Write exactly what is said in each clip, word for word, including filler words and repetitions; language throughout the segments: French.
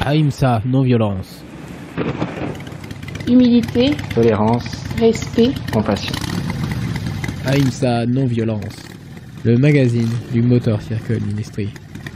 Ahimsa, non-violence. Humilité, tolérance, respect, compassion. Ahimsa, non-violence. Le magazine du Motor Circle Ministry.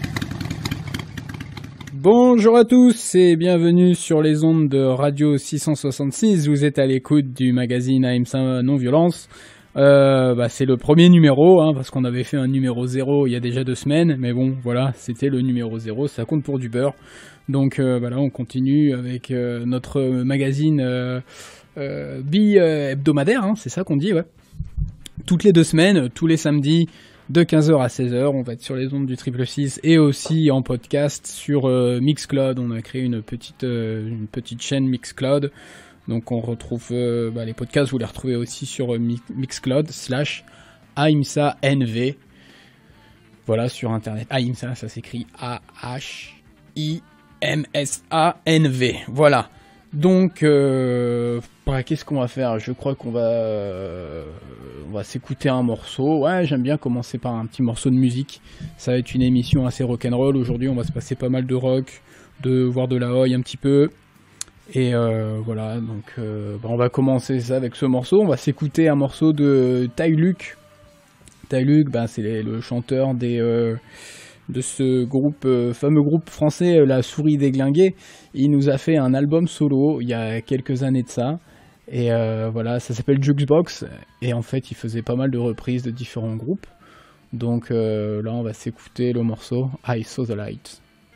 Bonjour à tous et bienvenue sur les ondes de Radio six cent soixante-six. Vous êtes à l'écoute du magazine Ahimsa non-violence. Euh, bah, c'est le premier numéro, hein, parce qu'on avait fait un numéro zéro il y a déjà deux semaines, mais bon, voilà, c'était le numéro zéro, ça compte pour du beurre. Donc euh, voilà, on continue avec euh, notre magazine euh, euh, bi-hebdomadaire, hein, c'est ça qu'on dit, ouais. Toutes les deux semaines, tous les samedis, de quinze heures à seize heures, on va être sur les ondes du Triple six et aussi en podcast sur euh, Mixcloud. On a créé une petite, euh, une petite chaîne Mixcloud. Donc on retrouve euh, bah, les podcasts, vous les retrouvez aussi sur euh, Mixcloud slash Ahimsa N V. Voilà, sur internet. Ahimsa, ça s'écrit A H I M S A N V. Voilà. Donc, euh, bah, qu'est-ce qu'on va faire? Je crois qu'on va, euh, on va s'écouter un morceau. Ouais, j'aime bien commencer par un petit morceau de musique. Ça va être une émission assez rock'n'roll. Aujourd'hui, on va se passer pas mal de rock, de voir de la oi un petit peu. Et euh, voilà, donc euh, bah on va commencer ça avec ce morceau. On va s'écouter un morceau de Ty Luke. Ty Luke, bah, c'est les, le chanteur des, euh, de ce groupe, euh, fameux groupe français, euh, La Souris Déglinguée. Il nous a fait un album solo il y a quelques années de ça. Et euh, voilà, ça s'appelle Jukebox. Et en fait, il faisait pas mal de reprises de différents groupes. Donc euh, là, on va s'écouter le morceau I Saw the Light.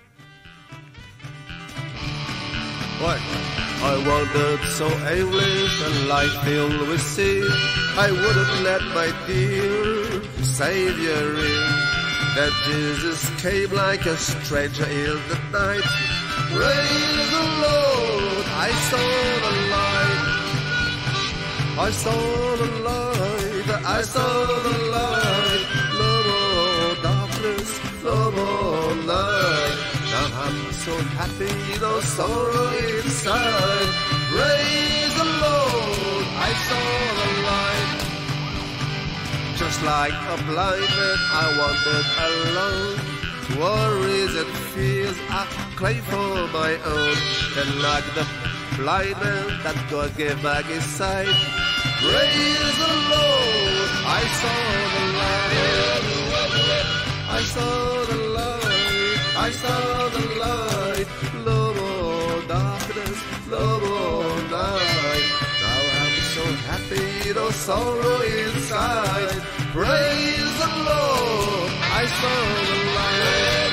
What? I wandered so aimless and life filled with sin. I wouldn't let my dear Savior in. That Jesus came like a stranger in the night. Praise the Lord, I saw the light. I saw the light, I saw the light. No more darkness, no more night. Now I'm so happy, no sorrow inside. Praise the Lord, I saw the light. Just like a blind man, I wandered alone. Worries and fears I claim for my own. And like the blind man that God gave back his sight. Praise the Lord, I saw the light. I saw the light. I saw the light, no more darkness, no more night. Now I'm so happy, no sorrow inside. Praise the Lord, I saw the light.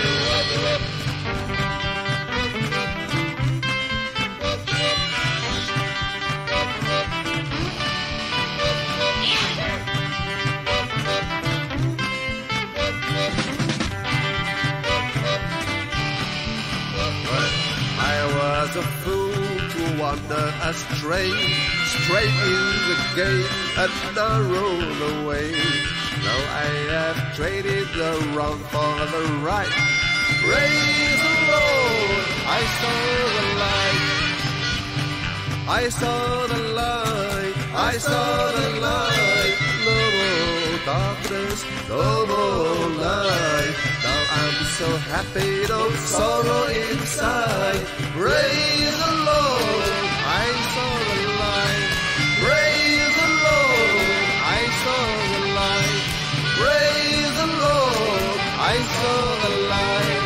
A fool to wander astray, straight in the gate and narrow the way. Now I have traded the wrong for the right. Praise the Lord, I saw the light. I saw the light, I saw the light. No more darkness, no more night. Now I'm so happy, no sorrow inside. Praise the Lord, I saw the light. Praise the Lord, I saw the light. Praise the Lord, I saw the light.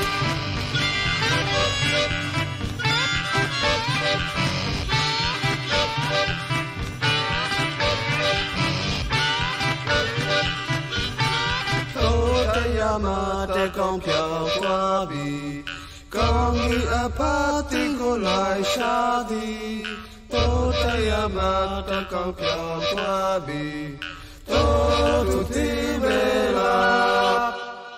Yamate con pio quabi, con i apati con la shadi. Tota yamate con pio quabi, to tutti bella.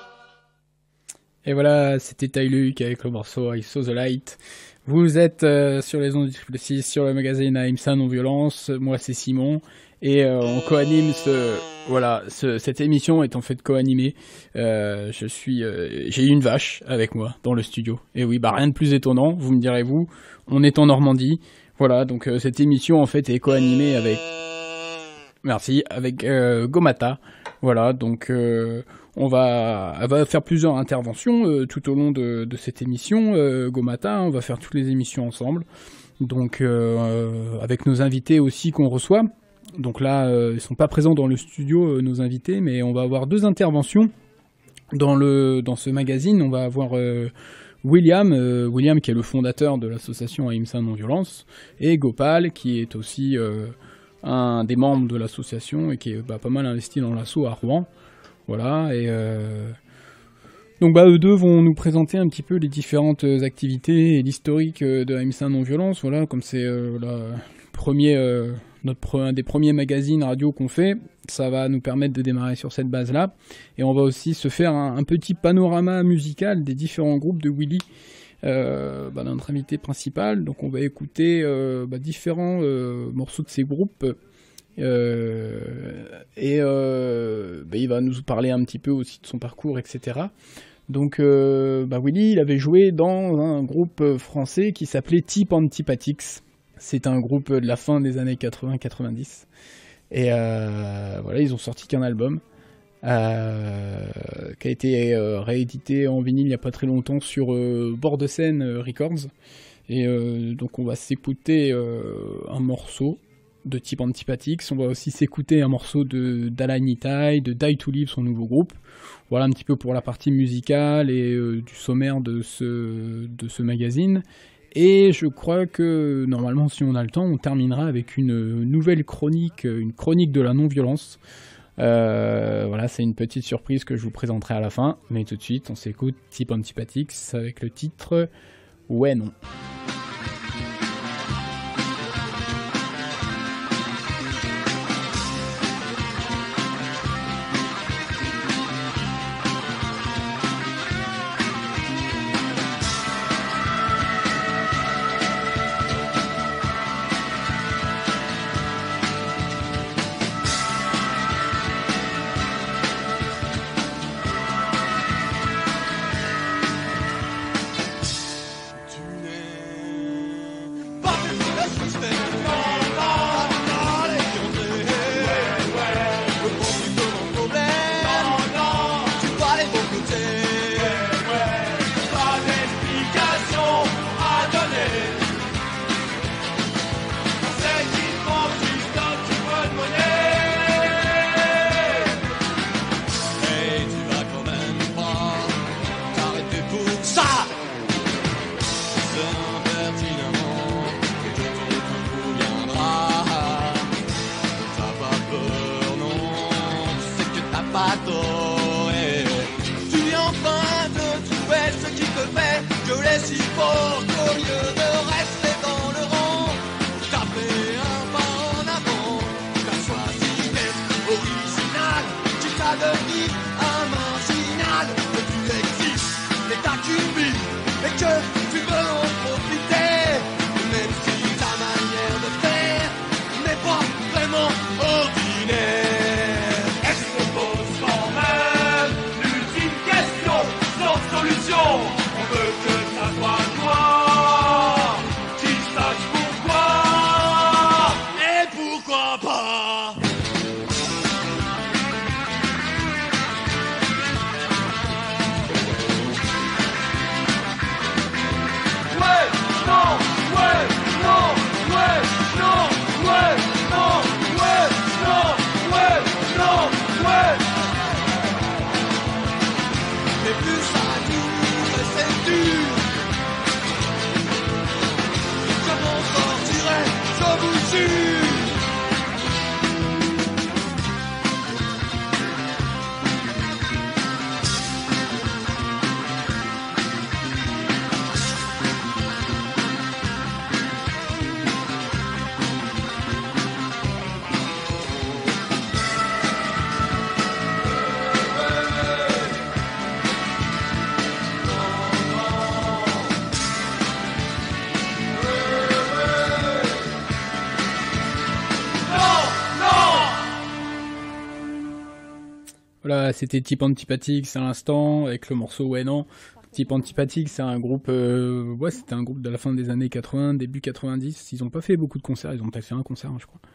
Et voilà, c'était Ty Luke avec le morceau I Saw the Light. Vous êtes euh, sur les ondes du Triple six, sur le magazine Ahimsa non-violence. Moi, c'est Simon. Et euh, on co-anime ce, voilà, ce, cette émission est en fait co-animée. Euh, je suis, euh, j'ai une vache avec moi dans le studio. Et oui, bah rien de plus étonnant, vous me direz-vous. On est en Normandie. Voilà, donc euh, cette émission en fait est co-animée avec, merci, avec euh, Gomata. Voilà, donc euh, on va, elle va faire plusieurs interventions euh, tout au long de, de cette émission. Euh, Gomata, on va faire toutes les émissions ensemble. Donc euh, avec nos invités aussi qu'on reçoit. Donc là, euh, ils sont pas présents dans le studio, euh, nos invités, mais on va avoir deux interventions dans le dans ce magazine. On va avoir euh, William, euh, William qui est le fondateur de l'association Ahimsa Non-Violence, et Gopal qui est aussi euh, un des membres de l'association et qui est bah, pas mal investi dans l'asso à Rouen. Voilà, et euh, donc bah, eux deux vont nous présenter un petit peu les différentes activités et l'historique de Ahimsa Non-Violence. Voilà, comme c'est euh, la premier, euh, notre, un des premiers magazines radio qu'on fait, ça va nous permettre de démarrer sur cette base-là. Et on va aussi se faire un, un petit panorama musical des différents groupes de Willy, euh, bah, notre invité principal. Donc on va écouter euh, bah, différents euh, morceaux de ces groupes. Euh, et euh, bah, il va nous parler un petit peu aussi de son parcours, et cetera. Donc euh, bah, Willy, il avait joué dans un groupe français qui s'appelait Tip Antipathics. C'est un groupe de la fin des années quatre-vingts quatre-vingt-dix. Et euh, voilà, ils ont sorti qu'un album euh, qui a été euh, réédité en vinyle il n'y a pas très longtemps sur euh, Bord de Scène euh, Records. Et euh, donc on va s'écouter euh, un morceau de Tip Antipathics. On va aussi s'écouter un morceau de d'Alain Nitai, de Die to Live, son nouveau groupe. Voilà un petit peu pour la partie musicale et euh, du sommaire de ce, de ce magazine. Et je crois que, normalement, si on a le temps, on terminera avec une nouvelle chronique, une chronique de la non-violence. Euh, voilà, c'est une petite surprise que je vous présenterai à la fin. Mais tout de suite, on s'écoute Tip Antipathics avec le titre « Ouais, non ». Voilà, c'était Tip Antipathics à l'instant, avec le morceau Ouais Non. Tip Antipathics, c'est un groupe, euh, ouais, c'était un groupe de la fin des années quatre-vingts, début quatre-vingt-dix. Ils ont pas fait beaucoup de concerts, ils ont peut-être fait un concert, hein, je crois.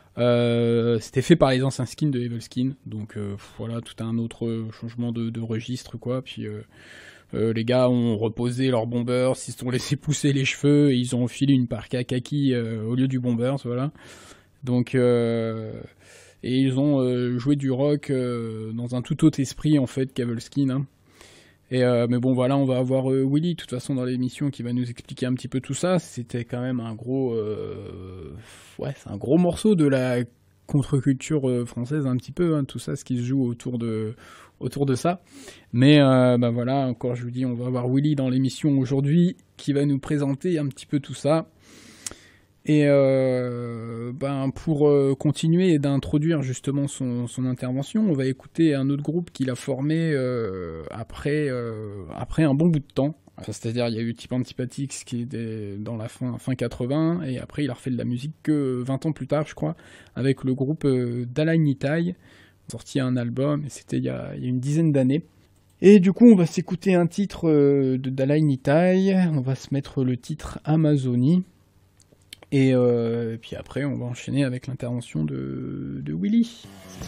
Euh, c'était fait par les anciens skins de Evil Skin, donc euh, voilà, tout un autre changement de, de registre, quoi. Puis euh, euh, les gars ont reposé leurs bombers, ils se sont laissé pousser les cheveux, et ils ont enfilé une parka kaki euh, au lieu du bombers, voilà. Donc, euh, et ils ont euh, joué du rock euh, dans un tout autre esprit, en fait, qu'Evil Skin, hein. Et euh, mais bon, voilà, on va avoir euh, Willy, de toute façon, dans l'émission, qui va nous expliquer un petit peu tout ça. C'était quand même un gros... Euh... Ouais, c'est un gros morceau de la contre-culture euh, française, un petit peu, hein, tout ça, ce qui se joue autour de, autour de ça. Mais euh, bah voilà, encore, je vous dis, on va avoir Willy dans l'émission aujourd'hui, qui va nous présenter un petit peu tout ça. Et euh, ben pour euh, continuer et d'introduire justement son, son intervention, on va écouter un autre groupe qu'il a formé euh, après, euh, après un bon bout de temps. Enfin, c'est-à-dire, il y a eu Type Antipatix qui est dans la fin, fin quatre-vingts, et après il a refait de la musique que vingt ans plus tard, je crois, avec le groupe euh, Dalai Nitai. Sorti un album, et c'était il y a, il y a une dizaine d'années. Et du coup, on va s'écouter un titre euh, de Dalai Nitai, on va se mettre le titre Amazonie. Et, euh, et puis après, on va enchaîner avec l'intervention de, de Willy.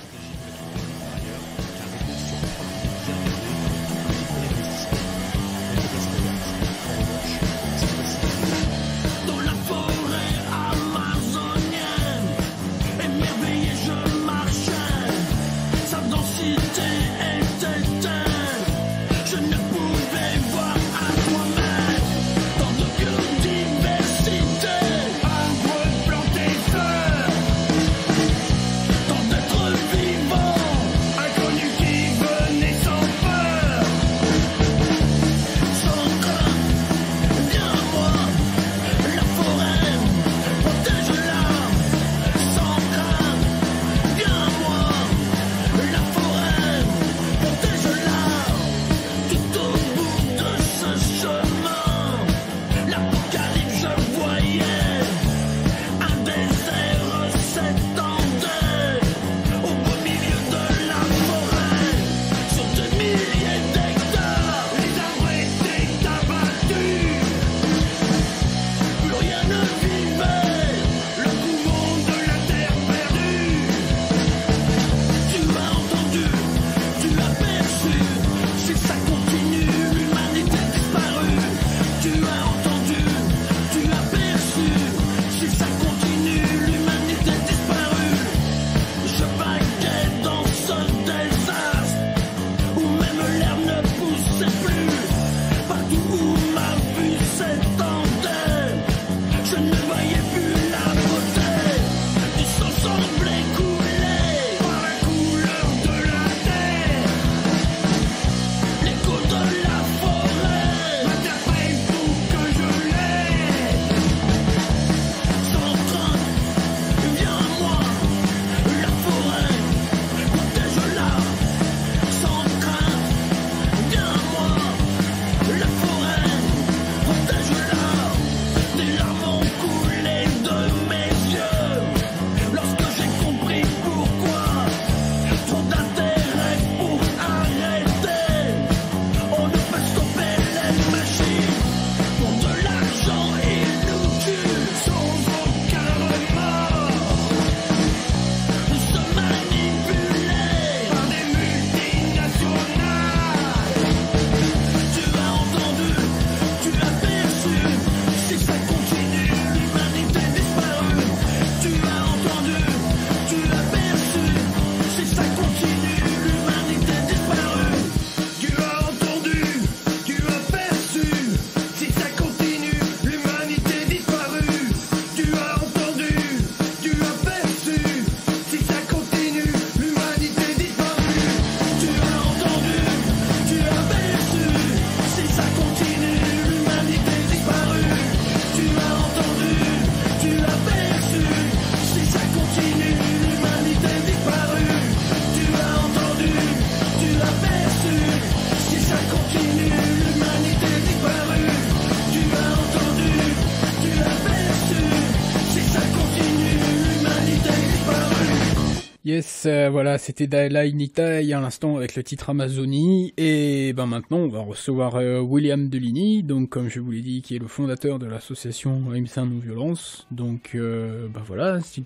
Yes, euh, voilà, c'était Dalai Nitai à l'instant avec le titre Amazonie, et ben maintenant on va recevoir euh, William Deligny, donc comme je vous l'ai dit, qui est le fondateur de l'association A I M S A Non Violence. Donc euh, ben voilà, si tu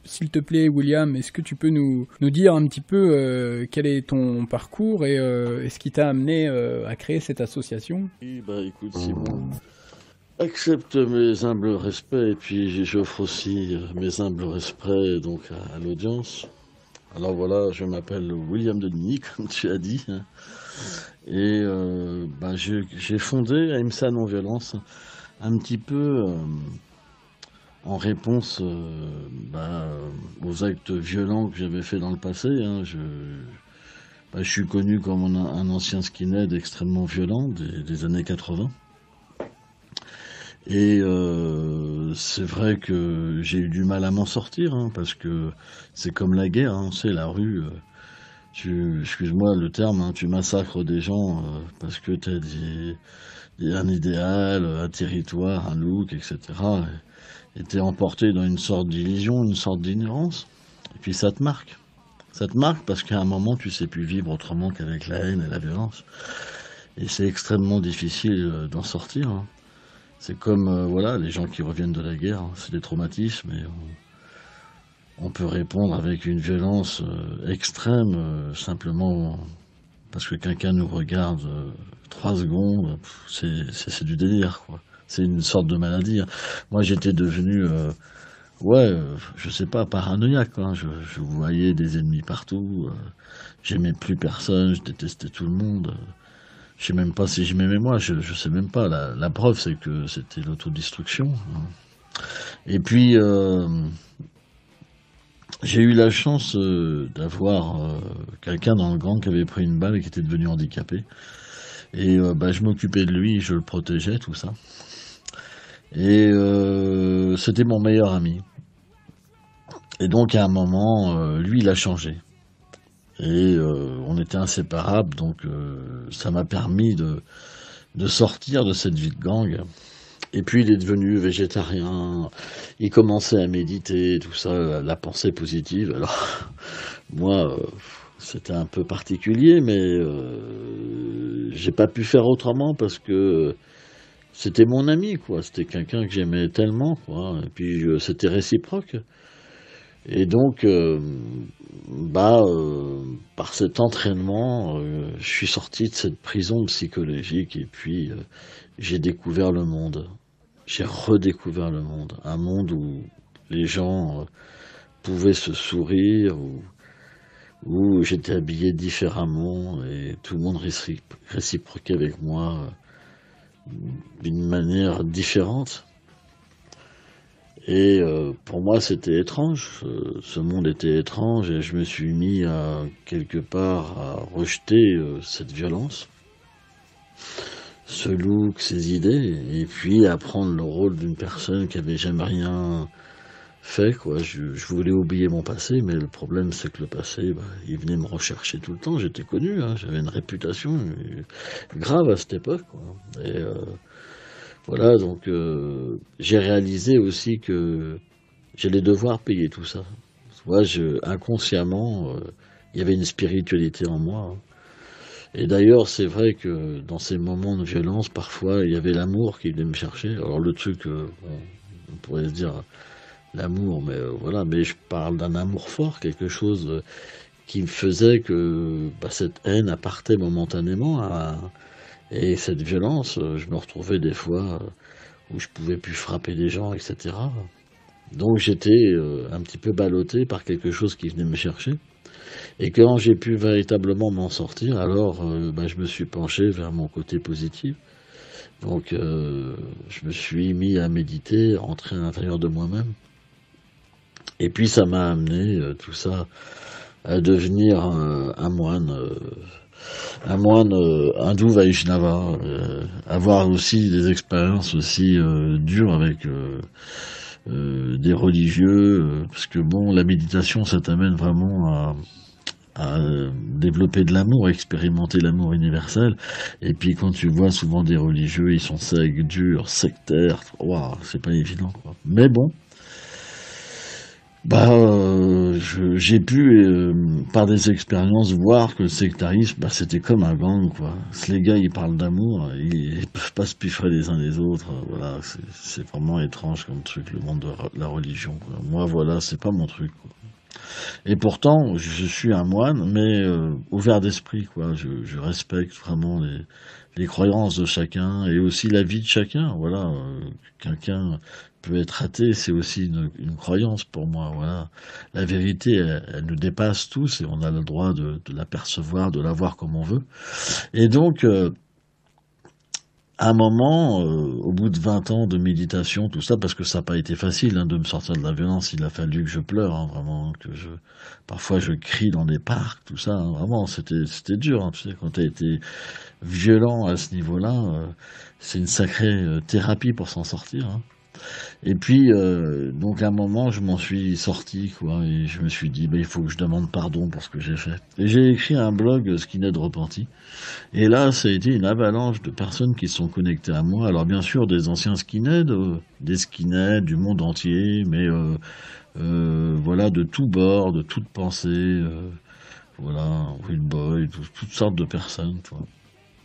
s'il te plaît, William, est-ce que tu peux nous, nous dire un petit peu euh, quel est ton parcours et, euh, et ce qui t'a amené euh, à créer cette association? Oui, bah écoute, Simon, accepte mes humbles respects et puis j'offre aussi mes humbles respects donc à, à l'audience. Alors voilà, je m'appelle William Denis, comme tu as dit, hein, et euh, bah, j'ai j'ai fondé AIMSA Non-Violence un petit peu euh, en réponse euh, bah, aux actes violents que j'avais fait dans le passé. Hein. Je, bah, je suis connu comme un, un ancien skinhead extrêmement violent des, des années quatre-vingts. Et euh, c'est vrai que j'ai eu du mal à m'en sortir, hein, parce que c'est comme la guerre, hein, c'est la rue. Euh, tu, excuse-moi le terme, hein, tu massacres des gens euh, parce que tu as des, des- un idéal, un territoire, un look, et cetera. Et tu es emporté dans une sorte d'illusion, une sorte d'ignorance. Et puis ça te marque. Ça te marque parce qu'à un moment, tu sais plus vivre autrement qu'avec la haine et la violence. Et c'est extrêmement difficile euh, d'en sortir, hein. C'est comme euh, voilà, les gens qui reviennent de la guerre, hein, c'est des traumatismes et on, on peut répondre avec une violence euh, extrême euh, simplement parce que quelqu'un nous regarde euh, trois secondes, pff, c'est c'est c'est du délire quoi. C'est une sorte de maladie, hein. Moi j'étais devenu euh, ouais, euh, je sais pas, paranoïaque, hein. Je, je voyais des ennemis partout, euh, j'aimais plus personne, je détestais tout le monde. euh, je sais même pas si je m'aimais moi, je, je sais même pas. La, la preuve, c'est que c'était l'autodestruction, hein. Et puis, euh, j'ai eu la chance euh, d'avoir euh, quelqu'un dans le gang qui avait pris une balle et qui était devenu handicapé. Et euh, bah, je m'occupais de lui, je le protégeais, tout ça. Et euh, c'était mon meilleur ami. Et donc, à un moment, euh, lui, il a changé. Et euh, on était inséparables, donc euh, ça m'a permis de, de sortir de cette vie de gang. Et puis il est devenu végétarien, il commençait à méditer, tout ça, la, la pensée positive. Alors moi, euh, c'était un peu particulier, mais euh, j'ai pas pu faire autrement parce que c'était mon ami, quoi. C'était quelqu'un que j'aimais tellement, quoi. Et puis euh, c'était réciproque. Et donc, euh, bah, euh, par cet entraînement, euh, je suis sorti de cette prison psychologique et puis euh, j'ai découvert le monde. J'ai redécouvert le monde. Un monde où les gens euh, pouvaient se sourire, où, où j'étais habillé différemment et tout le monde récipro- réciproquait avec moi euh, d'une manière différente. Et euh, pour moi, c'était étrange. Euh, ce monde était étrange et je me suis mis à quelque part à rejeter euh, cette violence, ce look, ces idées, et puis à prendre le rôle d'une personne qui avait jamais rien fait, quoi. Je, je voulais oublier mon passé, mais le problème, c'est que le passé, bah, il venait me rechercher tout le temps. J'étais connu, hein, j'avais une réputation euh, grave à cette époque, quoi. Et euh, voilà, donc euh, j'ai réalisé aussi que j'allais devoir payer tout ça. Moi, je, inconsciemment, euh, il y avait une spiritualité en moi, hein. Et d'ailleurs, c'est vrai que dans ces moments de violence, parfois, il y avait l'amour qui venait me chercher. Alors le truc, euh, bon, on pourrait se dire l'amour, mais euh, voilà, mais je parle d'un amour fort, quelque chose euh, qui faisait que bah, cette haine partait momentanément à, et cette violence, euh, je me retrouvais des fois euh, où je pouvais plus frapper des gens, et cetera. Donc j'étais euh, un petit peu ballotté par quelque chose qui venait me chercher. Et quand j'ai pu véritablement m'en sortir, alors euh, bah, je me suis penché vers mon côté positif. Donc euh, je me suis mis à méditer, à rentrer à l'intérieur de moi-même. Et puis ça m'a amené euh, tout ça à devenir euh, un moine, euh, un moine euh, hindou Vaishnava, euh, avoir aussi des expériences aussi euh, dures avec euh, euh, des religieux, euh, parce que bon, la méditation, ça t'amène vraiment à à euh, développer de l'amour, à expérimenter l'amour universel. Et puis quand tu vois souvent des religieux, ils sont secs, durs, sectaires, waouh, c'est pas évident, quoi. Mais bon, Bah, euh, je- j'ai pu, euh, par des expériences, voir que le sectarisme, bah, c'était comme un gang, quoi. Si les gars, ils parlent d'amour, ils, ils peuvent pas se piffrer les uns les autres. euh, Voilà, c'est c'est vraiment étrange comme truc, le monde de ra- la religion, quoi. Moi, voilà, c'est pas mon truc, quoi. Et pourtant, je suis un moine, mais euh, ouvert d'esprit, quoi. Je, je respecte vraiment les, les croyances de chacun et aussi la vie de chacun. Voilà, euh, quelqu'un peut être athée, c'est aussi une, une croyance pour moi. Voilà, la vérité, elle, elle nous dépasse tous et on a le droit de, de la percevoir, de la voir comme on veut. Et donc, euh, à un moment, euh, au bout de vingt ans de méditation, tout ça, parce que ça n'a pas été facile hein, de me sortir de la violence, il a fallu que je pleure, hein, vraiment, que je, parfois je crie dans des parcs, tout ça, hein, vraiment, c'était, c'était dur, hein, tu sais, quand tu as été violent à ce niveau-là, euh, c'est une sacrée euh, thérapie pour s'en sortir, hein. Et puis, euh, donc à un moment, je m'en suis sorti, quoi, et je me suis dit, bah, il faut que je demande pardon pour ce que j'ai fait. Et j'ai écrit un blog, Skinhead Repenti, et là, ça a été une avalanche de personnes qui se sont connectées à moi. Alors bien sûr, des anciens skinheads, euh, des skinheads du monde entier, mais euh, euh, voilà, de tous bords, de toutes pensées, euh, voilà, Will Boy, tout- toutes sortes de personnes, tu vois.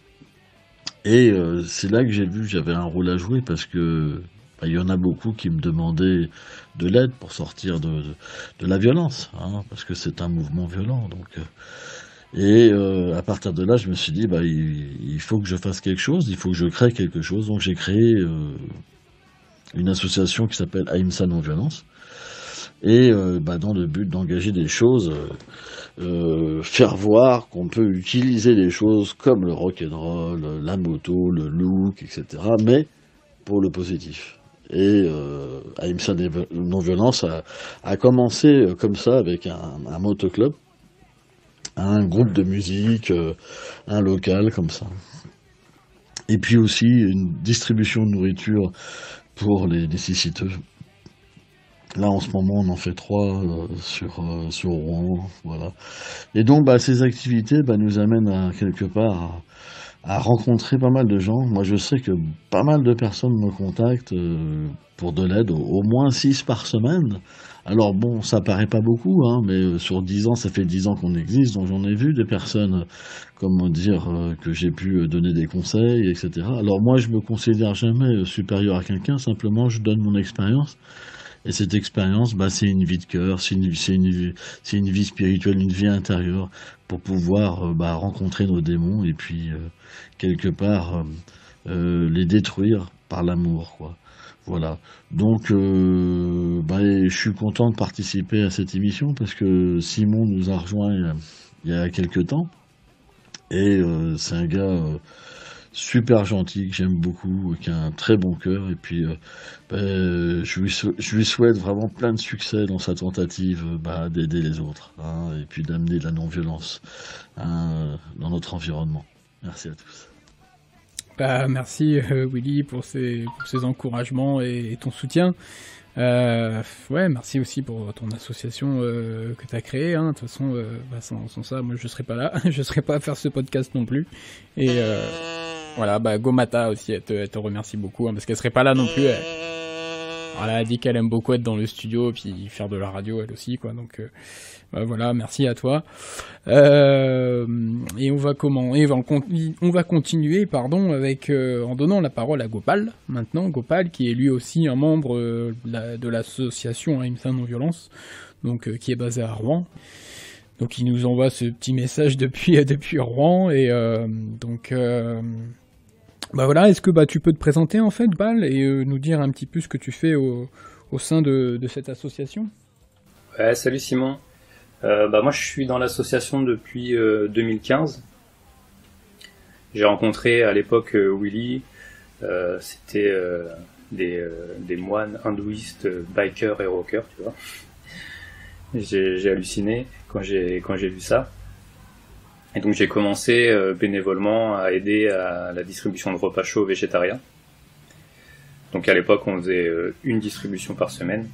Et euh, c'est là que j'ai vu que j'avais un rôle à jouer parce que bah, il y en a beaucoup qui me demandaient de l'aide pour sortir de, de, de la violence, hein, parce que c'est un mouvement violent. Donc, euh, et euh, à partir de là, je me suis dit, bah, il, il faut que je fasse quelque chose, il faut que je crée quelque chose. Donc j'ai créé euh, une association qui s'appelle Ahimsa Non-Violence, et euh, bah, dans le but d'engager des choses, euh, euh, faire voir qu'on peut utiliser des choses comme le rock'n'roll, la moto, le look, et cetera, mais pour le positif. Et euh, Ahimsa Non-Violence a, a commencé euh, comme ça avec un, un motoclub, un groupe de musique, euh, un local comme ça. Et puis aussi une distribution de nourriture pour les nécessiteux. Là, en ce moment, on en fait trois euh, sur, euh, sur Rouen, voilà. Et donc, bah, ces activités bah, nous amènent à, quelque part à, à rencontrer pas mal de gens. Moi, je sais que pas mal de personnes me contactent euh, pour de l'aide, au, au moins six par semaine. Alors bon, ça paraît pas beaucoup, hein, mais euh, sur dix ans, ça fait dix ans qu'on existe, donc j'en ai vu des personnes, comment dire, euh, que j'ai pu euh, donner des conseils, et cetera. Alors moi, je me considère jamais euh, supérieur à quelqu'un, simplement je donne mon expérience. Et cette expérience, bah, c'est une vie de cœur, c'est une, c'est une, vie- c'est une vie spirituelle, une vie intérieure pour pouvoir euh, bah, rencontrer nos démons et puis euh, quelque part euh, euh, les détruire par l'amour, quoi. Voilà. Donc, euh, bah, je suis content de participer à cette émission parce que Simon nous a rejoint il y a, il y a quelques temps et euh, c'est un gars euh, super gentil, que j'aime beaucoup, qui a un très bon cœur. Et puis, euh, ben, je, lui sou- je lui souhaite vraiment plein de succès dans sa tentative euh, bah, d'aider les autres, hein, et puis d'amener de la non-violence hein, dans notre environnement. Merci à tous. Bah, merci euh, Willy pour ces, pour ces encouragements et, et ton soutien. Euh, ouais, merci aussi pour ton association euh, que tu as créée. Hein. De toute façon, euh, bah, sans, sans ça, moi je serais pas là, je serais pas à faire ce podcast non plus. Et euh, voilà, bah Gomata aussi, elle te, elle te remercie beaucoup hein, parce qu'elle serait pas là non plus. Elle, voilà, elle a dit qu'elle aime beaucoup être dans le studio et puis faire de la radio elle aussi, quoi. Donc euh, bah, voilà, merci à toi. Euh, et on va comment et on, on va continuer, pardon, avec euh, en donnant la parole à Gopal. Maintenant, Gopal qui est lui aussi un membre euh, de l'association Ahimsa Non-Violence, donc euh, qui est basée à Rouen. Donc il nous envoie ce petit message depuis depuis Rouen et euh, donc. Euh, Bah voilà, est-ce que bah tu peux te présenter en fait, Bal, et euh, nous dire un petit peu ce que tu fais au, au sein de, de cette association? Ouais, salut Simon. Euh, bah moi je suis dans l'association depuis euh, deux mille quinze. J'ai rencontré à l'époque euh, Willy. Euh, c'était euh, des, euh, des moines hindouistes, euh, bikers et rockers, tu vois. J'ai, j'ai halluciné quand j'ai quand j'ai vu ça. Et donc j'ai commencé euh, bénévolement à aider à la distribution de repas chauds végétariens. Donc à l'époque on faisait euh, une distribution par semaine.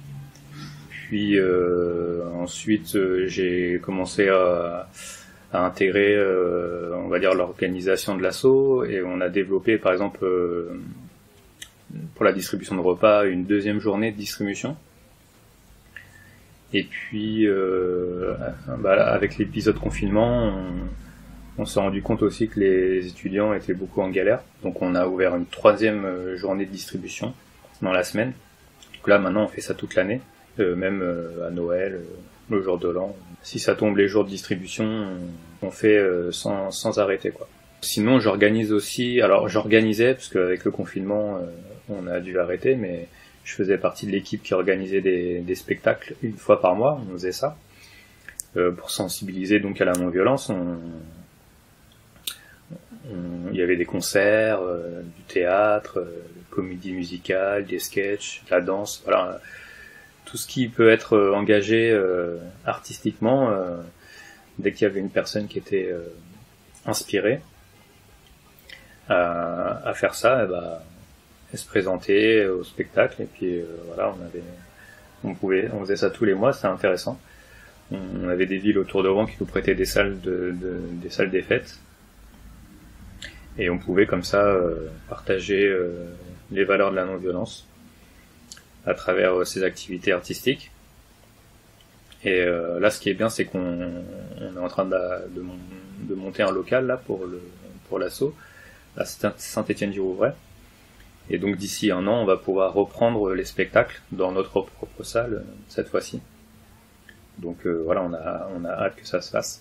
Puis euh, ensuite euh, j'ai commencé à, à intégrer, euh, on va dire, l'organisation de l'asso et on a développé par exemple euh, pour la distribution de repas une deuxième journée de distribution. Et puis, euh, bah, avec l'épisode confinement, on, on s'est rendu compte aussi que les étudiants étaient beaucoup en galère. Donc on a ouvert une troisième journée de distribution dans la semaine. Donc là, maintenant, on fait ça toute l'année, euh, même euh, à Noël, euh, le jour de l'an. Si ça tombe les jours de distribution, on fait euh, sans, sans arrêter, quoi. Sinon, j'organise aussi... Alors, j'organisais, parce qu'avec le confinement, euh, on a dû arrêter, mais je faisais partie de l'équipe qui organisait des, des spectacles une fois par mois. On faisait ça. Euh, pour sensibiliser donc à la non-violence, on... on... il y avait des concerts, euh, du théâtre, euh, comédie musicale, des sketchs, de la danse, voilà. Tout ce qui peut être euh, engagé euh, artistiquement, euh, dès qu'il y avait une personne qui était euh, inspirée à, à faire ça, et bah, elle se présentait au spectacle, et puis euh, voilà, on avait, on pouvait, on faisait ça tous les mois, c'était intéressant. On avait des villes autour de Rouen qui nous prêtaient des salles de, de des salles des fêtes, et on pouvait comme ça euh, partager euh, les valeurs de la non-violence à travers euh, ces activités artistiques. Et euh, là, ce qui est bien, c'est qu'on on est en train de, de, de monter un local là pour le pour l'asso à Saint-Étienne-du-Rouvray. Et donc d'ici un an, on va pouvoir reprendre les spectacles dans notre propre salle cette fois-ci. Donc euh, voilà, on a on a hâte que ça se fasse.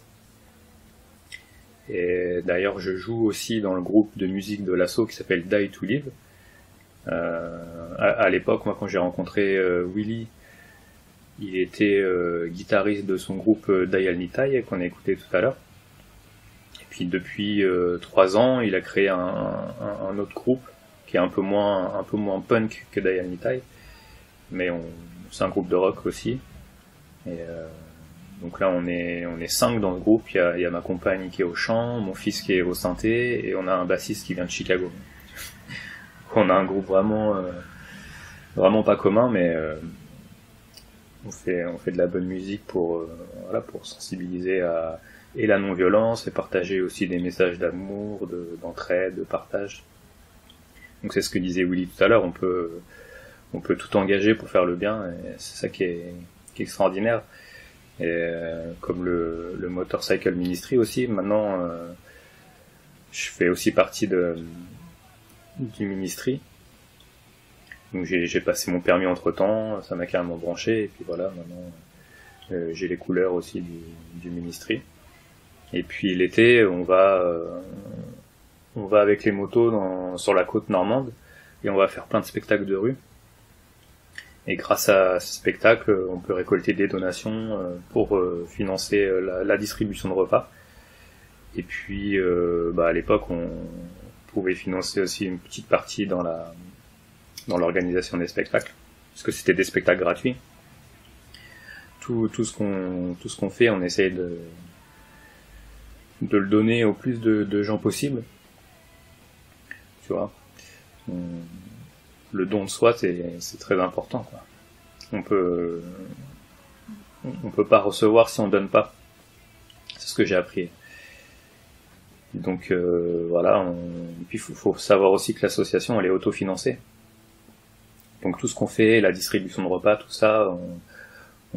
Et d'ailleurs, je joue aussi dans le groupe de musique de l'asso qui s'appelle Die to Live. Euh, à, à l'époque, moi, quand j'ai rencontré euh, Willy, il était euh, guitariste de son groupe euh, Die Al Nitai qu'on a écouté tout à l'heure. Et puis depuis euh, trois ans, il a créé un, un, un autre groupe qui est un peu moins un peu moins punk que Die Al Nitai, mais on, c'est un groupe de rock aussi. Et euh, donc là, on est on est cinq dans le groupe. Il y a, il y a ma compagne qui est au chant, mon fils qui est au synthé, et on a un bassiste qui vient de Chicago. On a un groupe vraiment euh, vraiment pas commun, mais euh, on fait on fait de la bonne musique pour euh, voilà, pour sensibiliser à et la non-violence et partager aussi des messages d'amour, de d'entraide, de partage. Donc c'est ce que disait Willy tout à l'heure, on peut on peut tout engager pour faire le bien, et c'est ça qui est qui est extraordinaire. Et euh, comme le le Motorcycle Ministry aussi, maintenant euh, je fais aussi partie de du ministry. Donc j'ai, j'ai passé mon permis entre temps, ça m'a carrément branché, et puis voilà, maintenant euh, j'ai les couleurs aussi du, du ministry. Et puis l'été, on va euh, on va avec les motos dans, sur la côte normande, et on va faire plein de spectacles de rue. Et grâce à ces spectacles, on peut récolter des donations euh, pour euh, financer la, la distribution de repas. Et puis euh, bah, à l'époque, on pouvait financer aussi une petite partie dans la dans l'organisation des spectacles, parce que c'était des spectacles gratuits. Tout tout ce qu'on tout ce qu'on fait, on essaye de de le donner au plus de, de gens possible. Tu vois, on, le don de soi, c'est c'est très important, quoi. On peut on peut pas recevoir si on donne pas. C'est ce que j'ai appris. Donc euh, voilà, on... et puis il faut, faut savoir aussi que l'association elle est autofinancée. Donc tout ce qu'on fait, la distribution de repas, tout ça, on,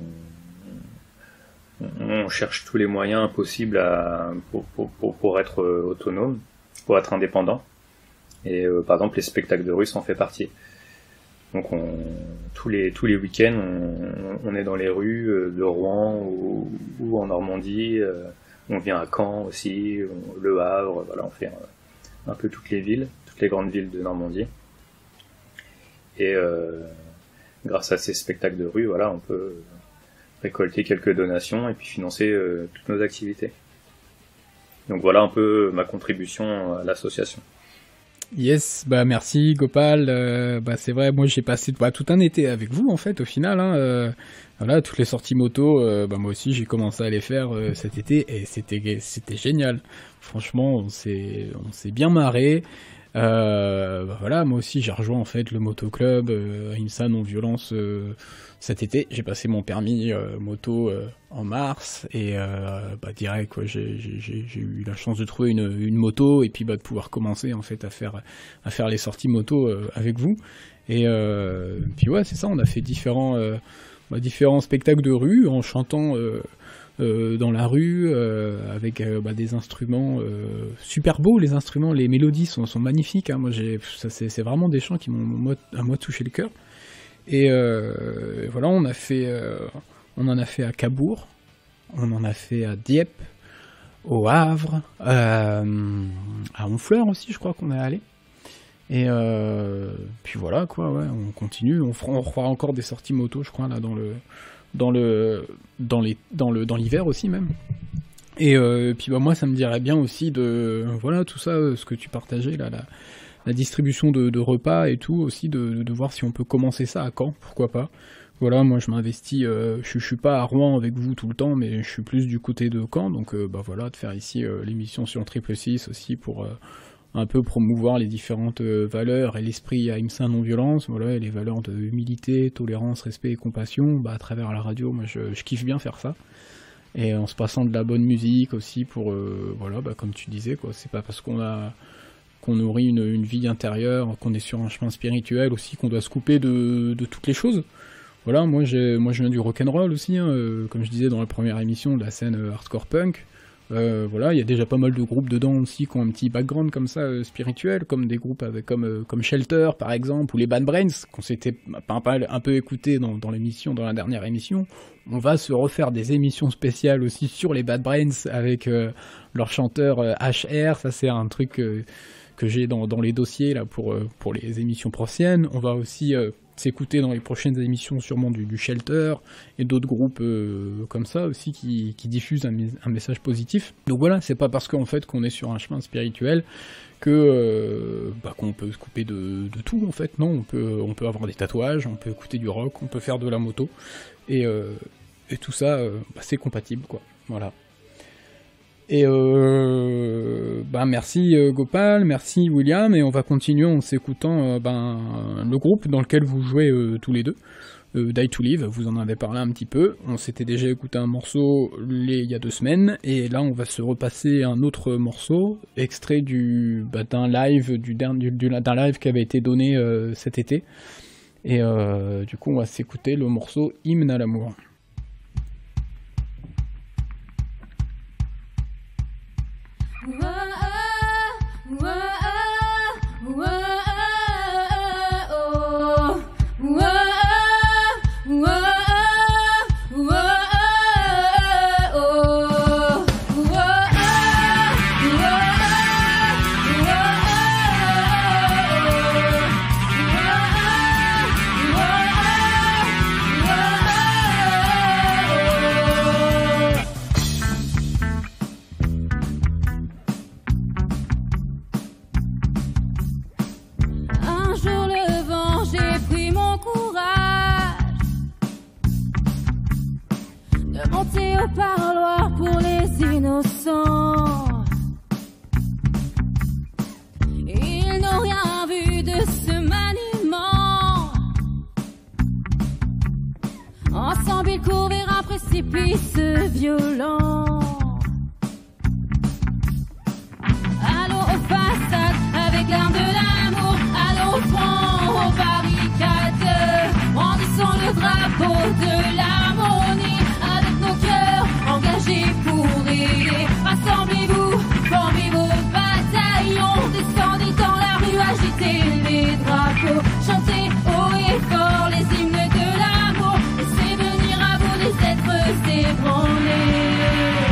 on, on cherche tous les moyens possibles à, pour, pour, pour, pour être autonome, pour être indépendant. Et euh, par exemple les spectacles de rue en fait partie. Donc on, tous les tous les week-ends, on, on est dans les rues de Rouen ou, ou en Normandie. Euh, On vient à Caen aussi, Le Havre, voilà, on fait un, un peu toutes les villes, toutes les grandes villes de Normandie. Et euh, grâce à ces spectacles de rue, voilà, on peut récolter quelques donations et puis financer euh, toutes nos activités. Donc voilà un peu ma contribution à l'association. Yes, bah merci Gopal. Euh, bah c'est vrai, moi j'ai passé bah, tout un été avec vous en fait au final. Hein, euh, voilà, toutes les sorties moto, euh, bah moi aussi j'ai commencé à les faire euh, cet été et c'était c'était génial. Franchement, on s'est on s'est bien marré. Euh, bah voilà, moi aussi j'ai rejoint en fait le motoclub euh, IMSA non violence euh, cet été. J'ai passé mon permis euh, moto euh, en mars et euh, bah direct quoi, j'ai, j'ai, j'ai eu la chance de trouver une, une moto et puis bah de pouvoir commencer en fait à faire à faire les sorties moto euh, avec vous. Et euh, puis ouais, c'est ça, on a fait différents euh, bah, différents spectacles de rue en chantant euh, euh, dans la rue euh, avec euh, bah, des instruments euh, super beaux. Les instruments, les mélodies sont, sont magnifiques. Hein. Moi, j'ai, ça, c'est, c'est vraiment des chants qui m'ont moi, à moi touché le cœur. Et euh, voilà, on a fait, euh, on en a fait à Cabourg, on en a fait à Dieppe, au Havre, euh, à Honfleur aussi, je crois qu'on est allé. Et euh, puis voilà quoi, ouais, on continue, on fera, on fera encore des sorties moto, je crois là dans le, dans le, dans les, dans le, dans l'hiver aussi même. Et euh, puis bah moi ça me dirait bien aussi de, voilà tout ça, ce que tu partageais là, la, la distribution de, de repas et tout aussi, de, de voir si on peut commencer ça à Caen, pourquoi pas. Voilà, moi je m'investis, euh, je, je suis pas à Rouen avec vous tout le temps, mais je suis plus du côté de Caen, donc euh, bah voilà, de faire ici euh, l'émission sur Triple Six aussi pour euh, un peu promouvoir les différentes euh, valeurs et l'esprit Ahimsa non-violence, voilà, et les valeurs de humilité, tolérance, respect et compassion, bah à travers la radio, moi je, je kiffe bien faire ça. Et en se passant de la bonne musique aussi pour, euh, voilà, bah comme tu disais, quoi, c'est pas parce qu'on a qu'on nourrit une, une vie intérieure, qu'on est sur un chemin spirituel aussi, qu'on doit se couper de, de toutes les choses. Voilà, moi, j'ai, moi je viens du rock'n'roll aussi, hein, euh, comme je disais dans la première émission, de la scène euh, hardcore punk. Euh, voilà, il y a déjà pas mal de groupes dedans aussi qui ont un petit background comme ça, euh, spirituel, comme des groupes avec comme, euh, comme Shelter par exemple, ou les Bad Brains, qu'on s'était un, un peu écouté dans, dans l'émission, dans la dernière émission. On va se refaire des émissions spéciales aussi sur les Bad Brains avec euh, leur chanteur euh, H R, ça c'est un truc euh, que j'ai dans, dans les dossiers là pour, euh, pour les émissions prochaines. On va aussi euh, s'écouter dans les prochaines émissions sûrement du, du Shelter et d'autres groupes euh, comme ça aussi qui, qui diffusent un, un message positif. Donc voilà, c'est pas parce qu'en fait qu'on est sur un chemin spirituel que euh, bah, qu'on peut se couper de, de tout en fait. Non, on peut, on peut avoir des tatouages, on peut écouter du rock, on peut faire de la moto et, euh, et tout ça euh, bah, c'est compatible quoi. Voilà. Et euh, ben merci euh, Gopal, merci William, et on va continuer en s'écoutant euh, ben, le groupe dans lequel vous jouez euh, tous les deux, euh, Die to Live, vous en avez parlé un petit peu, on s'était déjà écouté un morceau les, il y a deux semaines, et là on va se repasser un autre morceau, extrait du, bah, d'un live du, du, du, d'un live qui avait été donné euh, cet été, et euh, du coup on va s'écouter le morceau Hymne à l'amour. Au parloir pour les innocents. Ils n'ont rien vu de ce maniement. Ensemble ils courent vers un précipice violent. Allons aux façades avec l'arme de l'amour. Allons au front, aux barricades, brandissons le drapeau de l'harmonie. Nos cœurs engagés pour aider. Rassemblez-vous, formez vos bataillons. Descendez dans la rue, agitez les drapeaux. Chantez haut et fort les hymnes de l'amour. Laissez venir à vous les êtres ébranlés.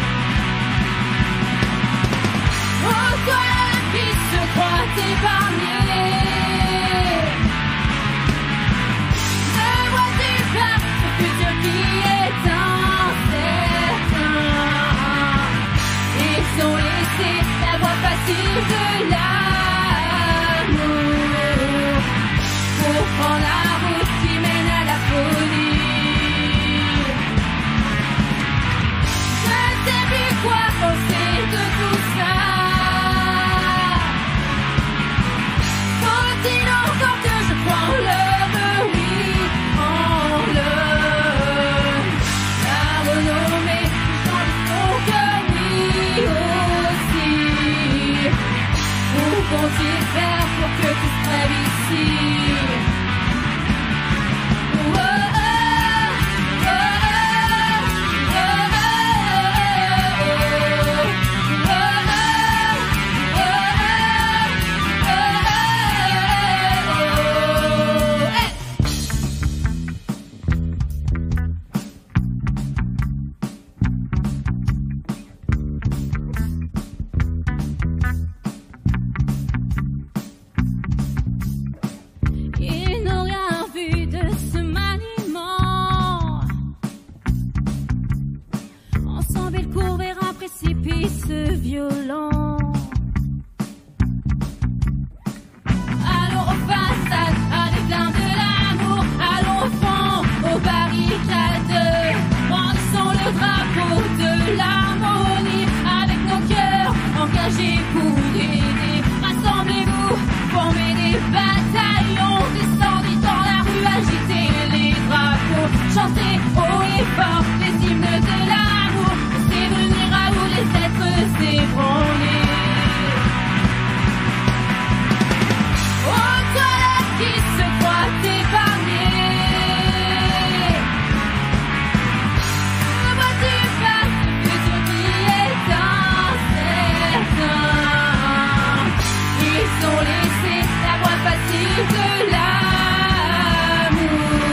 de l'amour.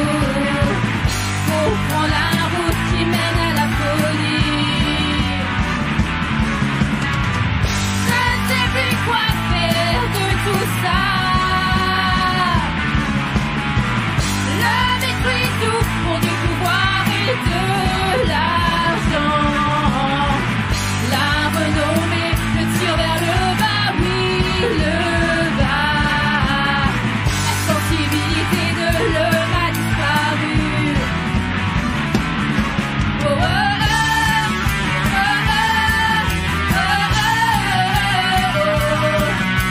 Faut prendre la route qui mène à la folie. Je ne sais plus quoi faire de tout ça. Le détruit tout pour du pouvoir et de l'argent. La renommée le tire vers le bas, oui, le bas. La sensibilité de l'homme a disparu. Oh, oh, oh, oh, oh, oh, oh, oh,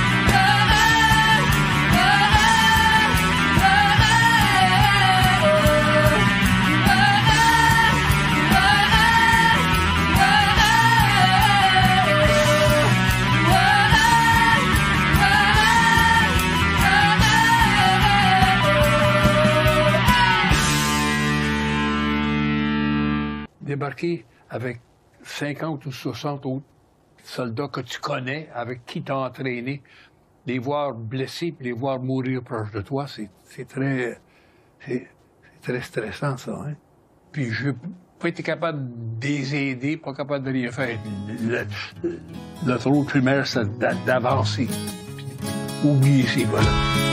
Débarquer avec cinquante ou soixante autres soldats que tu connais, avec qui tu as entraîné, les voir blessés puis les voir mourir proche de toi, c'est, c'est très c'est, c'est très stressant, ça. Hein? Puis je n'ai pas été capable de les aider, pas capable de rien faire. Le, le, notre rôle primaire, c'est d'avancer. Oublier ces gars-là.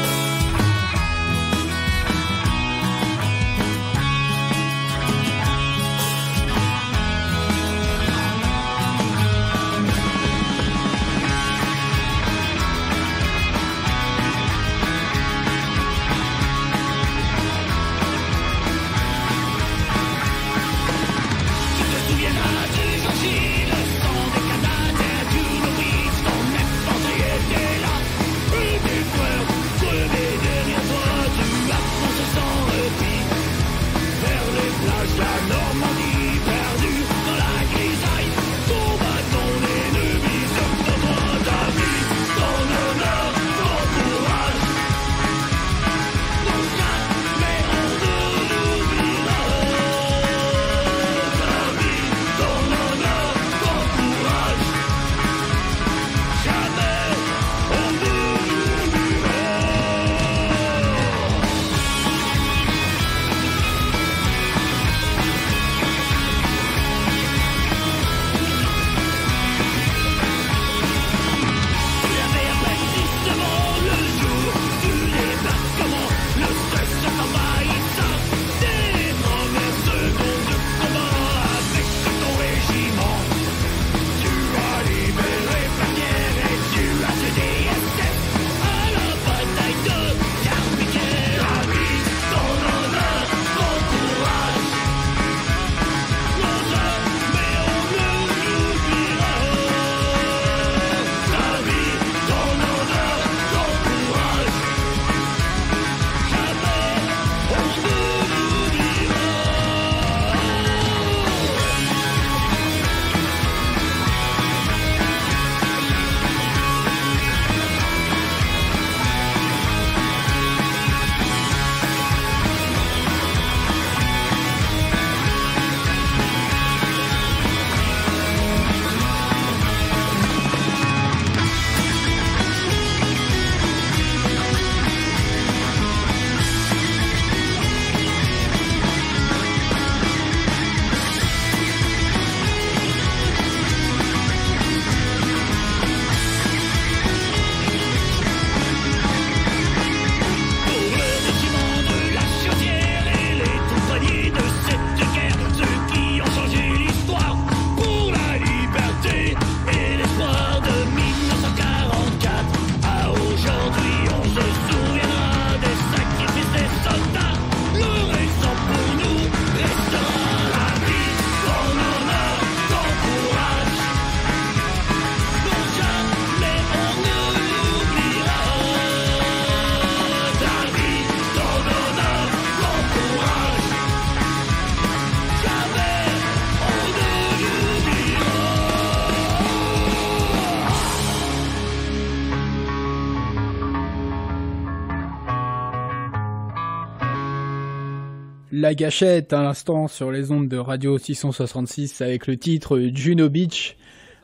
La Gâchette à l'instant sur les ondes de Radio six cent soixante-six avec le titre Juno Beach.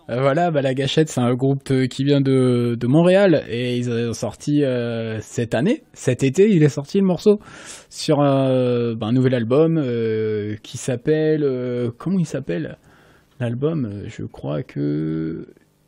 Euh, voilà, bah, La Gâchette, c'est un groupe de- qui vient de, de Montréal et ils ont sorti euh, cette année, cet été, il est sorti le morceau sur euh, bah, un nouvel album euh, qui s'appelle... euh, comment il s'appelle l'album? euh, Je crois que...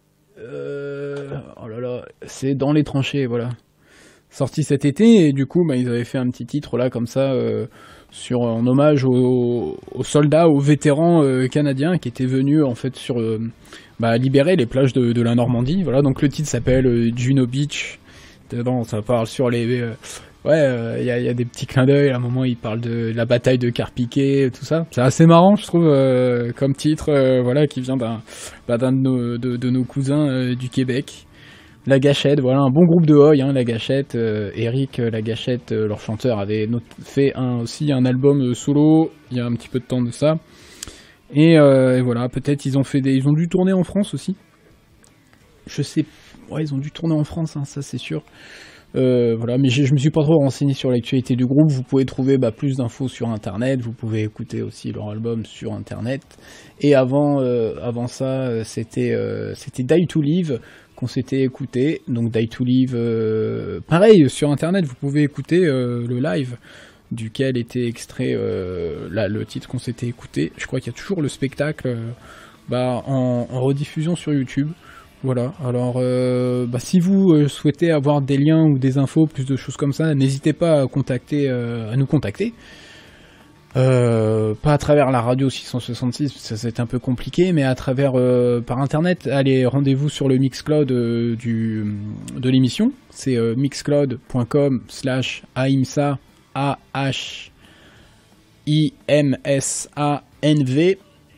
euh, oh là là, c'est Dans les tranchées, voilà. Sorti cet été et du coup, bah, ils avaient fait un petit titre là comme ça... Euh, sur en hommage aux, aux soldats, aux vétérans euh, canadiens qui étaient venus en fait sur euh, bah, libérer les plages de, de la Normandie. Voilà, donc le titre s'appelle euh, Juno Beach. Dedans, ça parle sur les euh, ouais, il euh, y, a, y a des petits clins d'œil. À un moment, il parle de la bataille de Carpiquet, tout ça. C'est assez marrant, je trouve, euh, comme titre, euh, voilà, qui vient d'un bah, d'un de nos, de, de nos cousins euh, du Québec. La Gâchette, voilà, un bon groupe de Hoy, hein, La Gâchette. Euh, Eric euh, La Gâchette, euh, leur chanteur, avait not- fait un, aussi un album euh, solo il y a un petit peu de temps de ça. Et, euh, et voilà, peut-être ils ont fait des, ils ont dû tourner en France aussi. Je sais, ouais, ils ont dû tourner en France, hein, ça c'est sûr. Euh, voilà, mais je, je me suis pas trop renseigné sur l'actualité du groupe. Vous pouvez trouver bah, plus d'infos sur internet. Vous pouvez écouter aussi leur album sur internet. Et avant, euh, avant ça, euh, c'était, euh, c'était Die to Live qu'on s'était écouté. Donc Die to Live, euh, pareil sur internet, vous pouvez écouter euh, le live duquel était extrait euh, là, le titre qu'on s'était écouté. Je crois qu'il y a toujours le spectacle euh, bah, en, en rediffusion sur YouTube. Voilà, alors euh, bah, si vous euh, souhaitez avoir des liens ou des infos, plus de choses comme ça, n'hésitez pas à, contacter, euh, à nous contacter. Euh, pas à travers la radio six cent soixante-six, ça c'est un peu compliqué, mais à travers euh, par internet. Allez, rendez-vous sur le Mixcloud euh, du, de l'émission. C'est euh, mixcloud.com slash aimsa, A H I M S A N V.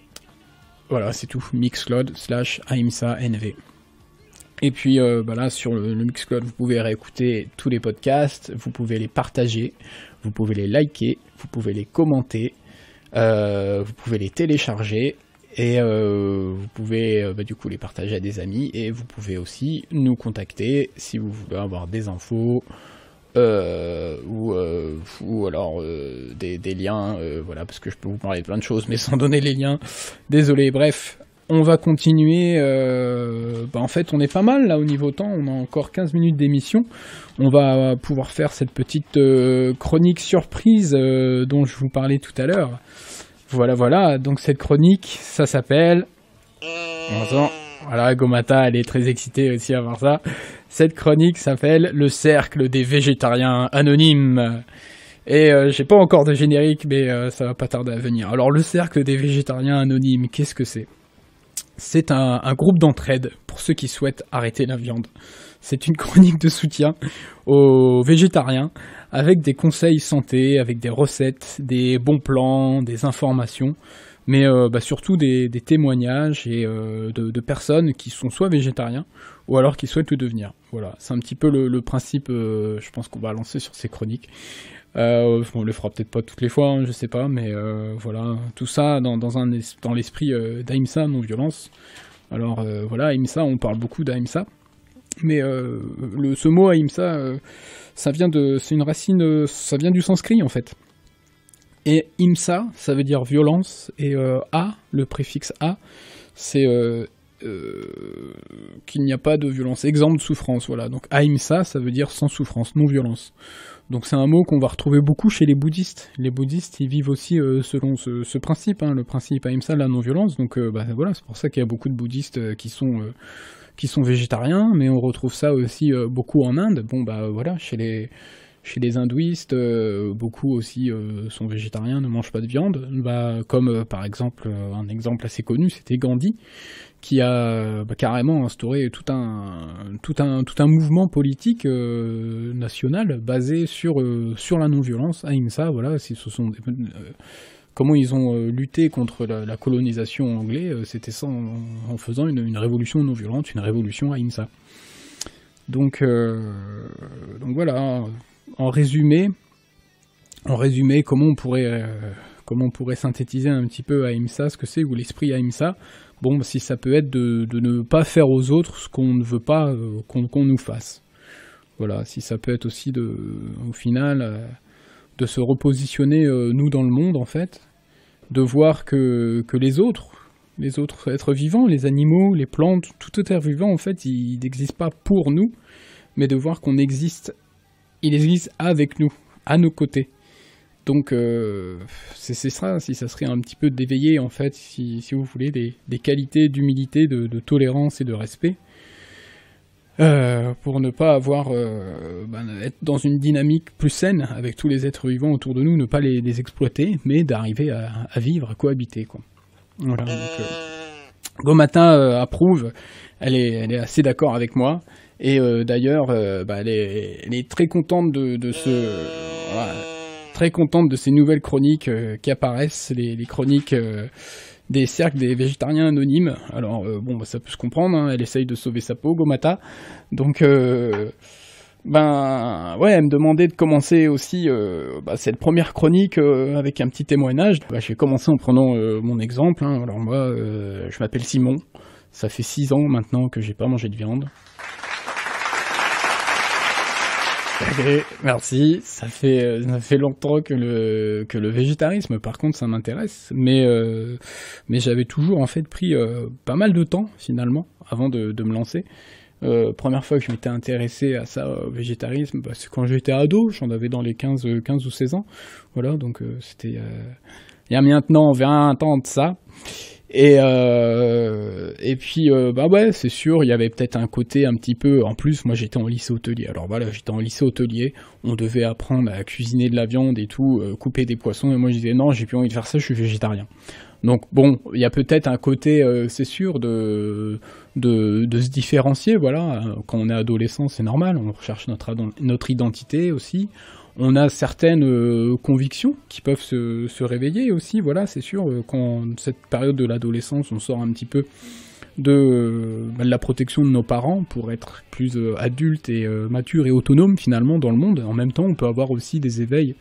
Voilà, c'est tout. Mixcloud slash aimsa N V. Et puis euh, bah là, sur le, le Mixcloud, vous pouvez réécouter tous les podcasts, vous pouvez les partager, vous pouvez les liker, vous pouvez les commenter, euh, vous pouvez les télécharger, et euh, vous pouvez euh, bah, du coup les partager à des amis, et vous pouvez aussi nous contacter si vous voulez avoir des infos, euh, ou, euh, ou alors euh, des, des liens, euh, voilà, parce que je peux vous parler de plein de choses, mais sans donner les liens, désolé, bref. On va continuer, euh, bah en fait on est pas mal là au niveau temps, on a encore quinze minutes d'émission, on va pouvoir faire cette petite euh, chronique surprise euh, dont je vous parlais tout à l'heure. Voilà, voilà, donc cette chronique, ça s'appelle... On entend, voilà, Gomata, elle est très excitée aussi à voir ça. Cette chronique s'appelle Le Cercle des Végétariens Anonymes. Et euh, j'ai pas encore de générique, mais euh, ça va pas tarder à venir. Alors le Cercle des Végétariens Anonymes, qu'est-ce que c'est ? C'est un, un groupe d'entraide pour ceux qui souhaitent arrêter la viande. C'est une chronique de soutien aux végétariens avec des conseils santé, avec des recettes, des bons plans, des informations, mais euh, bah, surtout des, des témoignages et euh, de, de personnes qui sont soit végétariens ou alors qui souhaitent le devenir. Voilà, c'est un petit peu le, le principe, euh, je pense qu'on va lancer sur ces chroniques. Euh, on le fera peut-être pas toutes les fois, hein, je sais pas, mais euh, voilà, tout ça dans, dans, un, dans l'esprit euh, d'Aïmsa, non-violence. Alors euh, voilà, Aïmsa, on parle beaucoup d'Aïmsa, mais euh, le, ce mot Aïmsa, euh, ça vient de, c'est une racine, euh, ça vient du sanskrit en fait. Et Imsa, ça veut dire violence, et euh, A, le préfixe A, c'est euh, euh, qu'il n'y a pas de violence, exempt de souffrance, voilà. Donc Aïmsa, ça veut dire sans souffrance, non-violence. Donc c'est un mot qu'on va retrouver beaucoup chez les bouddhistes. Les bouddhistes, ils vivent aussi euh, selon ce, ce principe, hein, le principe Ahimsa, la non-violence. Donc euh, bah, voilà, c'est pour ça qu'il y a beaucoup de bouddhistes euh, qui sont euh, qui sont végétariens, mais on retrouve ça aussi euh, beaucoup en Inde. Bon bah voilà, chez les chez les hindouistes, euh, beaucoup aussi euh, sont végétariens, ne mangent pas de viande. Bah comme euh, par exemple euh, un exemple assez connu, c'était Gandhi, qui a bah, carrément instauré tout un, tout un, tout un mouvement politique euh, national basé sur, euh, sur la non-violence, Ahimsa, voilà, ce sont des, euh, comment ils ont euh, lutté contre la, la colonisation anglaise, euh, c'était ça en, en faisant une, une révolution non-violente, une révolution Ahimsa. Donc, euh, donc voilà, en résumé, en résumé, comment on pourrait, euh, comment on pourrait synthétiser un petit peu Ahimsa, ce que c'est, ou l'esprit Ahimsa. Bon, si ça peut être de, de ne pas faire aux autres ce qu'on ne veut pas euh, qu'on, qu'on nous fasse. Voilà, si ça peut être aussi, de, au final, euh, de se repositionner, euh, nous, dans le monde, en fait, de voir que, que les autres, les autres êtres vivants, les animaux, les plantes, tout être vivant, en fait, il n'existe pas pour nous, mais de voir qu'on existe, il existe avec nous, à nos côtés. Donc, euh, c'est, c'est ça, si ça serait un petit peu d'éveiller, en fait, si, si vous voulez, des, des qualités d'humilité, de, de tolérance et de respect, euh, pour ne pas avoir, euh, ben, être dans une dynamique plus saine avec tous les êtres vivants autour de nous, ne pas les, les exploiter, mais d'arriver à, à vivre, à cohabiter, quoi. Voilà, donc, euh, Gomata euh, approuve, elle est, elle est assez d'accord avec moi, et euh, d'ailleurs, euh, bah, elle, est, elle est très contente de, de ce... Voilà, très contente de ces nouvelles chroniques euh, qui apparaissent, les, les chroniques euh, des cercles des végétariens anonymes. Alors, euh, bon, bah, ça peut se comprendre, hein, elle essaye de sauver sa peau, Gomata. Donc, euh, ben, ouais, elle me demandait de commencer aussi euh, bah, cette première chronique euh, avec un petit témoignage. Bah, je vais commencer en prenant euh, mon exemple. Hein. Alors, moi, euh, je m'appelle Simon. Ça fait six ans maintenant que j'ai pas mangé de viande. Ok, merci. Ça fait ça fait longtemps que le que le végétarisme, par contre, ça m'intéresse. Mais euh, mais j'avais toujours en fait pris euh, pas mal de temps finalement avant de de me lancer. Euh, première fois que je m'étais intéressé à ça, au végétarisme, bah, c'est quand j'étais ado. J'en avais dans les quinze ou seize ans. Voilà, donc euh, c'était euh, il y a maintenant vingt ans de ça. Et euh, et puis euh, bah ouais, c'est sûr, il y avait peut-être un côté un petit peu. En plus, moi j'étais en lycée hôtelier. Alors voilà, j'étais en lycée hôtelier. On devait apprendre à cuisiner de la viande et tout, euh, couper des poissons. Et moi je disais non, j'ai plus envie de faire ça. Je suis végétarien. Donc bon, il y a peut-être un côté, euh, c'est sûr, de, de de se différencier. Voilà, quand on est adolescent, c'est normal. On recherche notre notre identité aussi. On a certaines euh, convictions qui peuvent se, se réveiller aussi, voilà, c'est sûr, euh, quand cette période de l'adolescence, on sort un petit peu de, euh, de la protection de nos parents pour être plus euh, adulte et euh, mature et autonome finalement dans le monde. En même temps, on peut avoir aussi des éveils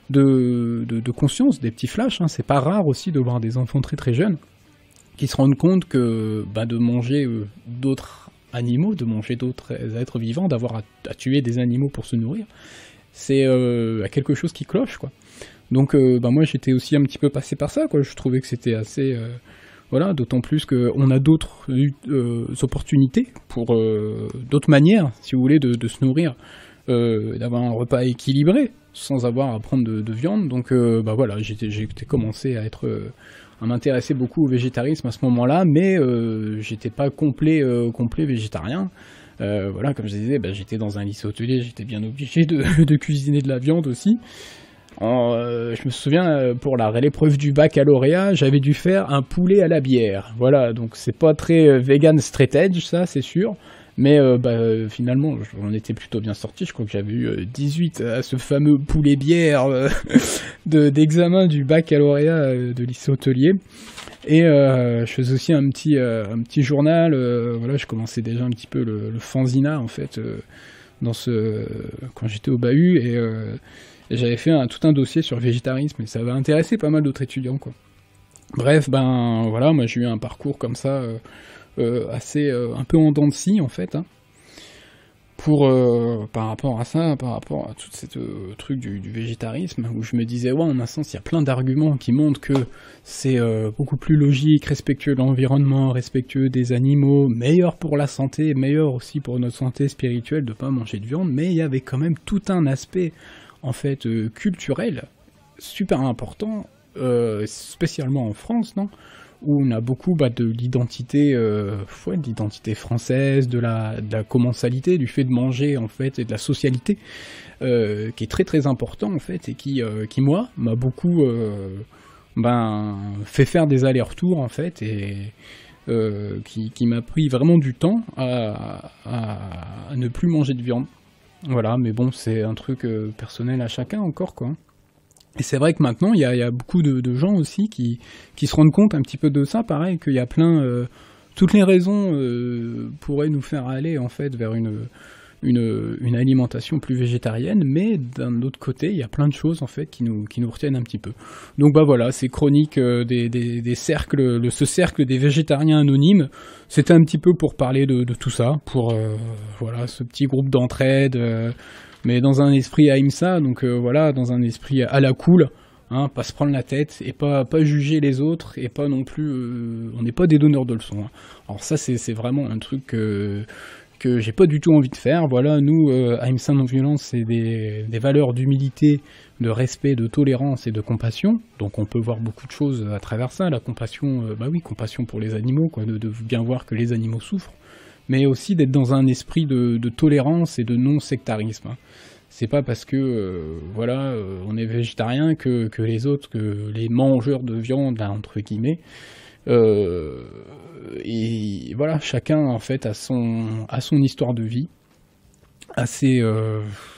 de, de, de conscience, des petits flashs, hein. C'est pas rare aussi de voir des enfants très très jeunes qui se rendent compte que bah, de manger euh, d'autres animaux, de manger d'autres êtres vivants, d'avoir à, à tuer des animaux pour se nourrir, c'est euh, quelque chose qui cloche, quoi. Donc euh, bah moi j'étais aussi un petit peu passé par ça, quoi. Je trouvais que c'était assez euh, voilà, d'autant plus qu'on a d'autres euh, opportunités pour euh, d'autres manières, si vous voulez, de, de se nourrir, euh, d'avoir un repas équilibré sans avoir à prendre de, de viande. Donc euh, bah voilà, j'étais j'ai commencé à être euh, à m'intéresser beaucoup au végétarisme à ce moment-là, mais euh, j'étais pas complet euh, complet végétarien. Euh, voilà, comme je disais, bah, j'étais dans un lycée hôtelier, j'étais bien obligé de, de cuisiner de la viande aussi. En, euh, je me souviens, pour la, l'épreuve du baccalauréat, j'avais dû faire un poulet à la bière. Voilà, donc c'est pas très euh, vegan straight edge, ça, c'est sûr. Mais euh, bah, euh, finalement, on était plutôt bien sorti. Je crois que j'avais eu euh, dix-huit à ce fameux poulet bière euh, de, d'examen du baccalauréat euh, de lycée hôtelier. Et euh, je faisais aussi un petit, euh, un petit journal. Euh, voilà, je commençais déjà un petit peu le, le fanzina en fait euh, dans ce, euh, quand j'étais au bahut et, euh, et j'avais fait un, tout un dossier sur le végétarisme et ça avait intéressé pas mal d'autres étudiants, quoi. Bref, ben voilà, moi j'ai eu un parcours comme ça euh, euh, assez euh, un peu en dents de scie en fait. Hein. Pour euh, par rapport à ça, par rapport à tout ce euh, truc du, du végétarisme, où je me disais, ouais, en un sens, il y a plein d'arguments qui montrent que c'est euh, beaucoup plus logique, respectueux de l'environnement, respectueux des animaux, meilleur pour la santé, meilleur aussi pour notre santé spirituelle de pas manger de viande, mais il y avait quand même tout un aspect, en fait, euh, culturel, super important, euh, spécialement en France, non ? Où on a beaucoup bah, de l'identité, euh, ouais, de l'identité française, de la, de la commensalité, du fait de manger en fait, et de la socialité, euh, qui est très très important en fait, et qui, euh, qui moi, m'a beaucoup euh, ben, fait faire des allers-retours en fait, et euh, qui, qui m'a pris vraiment du temps à, à, à ne plus manger de viande. Voilà, mais bon, c'est un truc euh, personnel à chacun encore, quoi. Et c'est vrai que maintenant, il y a, y a beaucoup de, de gens aussi qui, qui se rendent compte un petit peu de ça, pareil, qu'il y a plein... Euh, toutes les raisons euh, pourraient nous faire aller, en fait, vers une, une, une alimentation plus végétarienne, mais d'un autre côté, il y a plein de choses, en fait, qui nous, qui nous retiennent un petit peu. Donc, bah voilà, ces chroniques euh, des, des, des cercles, le, ce cercle des végétariens anonymes, c'était un petit peu pour parler de, de tout ça, pour, euh, voilà, ce petit groupe d'entraide... Euh, mais dans un esprit ahimsa, donc euh, voilà, dans un esprit à la cool, Hein, pas se prendre la tête et pas pas juger les autres et pas non plus euh, on n'est pas des donneurs de leçons. Hein. Alors ça c'est c'est vraiment un truc que que j'ai pas du tout envie de faire. Voilà, nous euh, A M C Non-Violence, c'est des des valeurs d'humilité, de respect, de tolérance et de compassion. Donc on peut voir beaucoup de choses à travers ça, la compassion euh, bah oui, compassion pour les animaux quoi, de, de bien voir que les animaux souffrent, mais aussi d'être dans un esprit de de tolérance et de non-sectarisme. Hein. C'est pas parce que euh, voilà euh, on est végétarien que, que les autres, que les mangeurs de viande là, entre guillemets. Euh, et voilà, chacun en fait a son a son histoire de vie, a ses euh,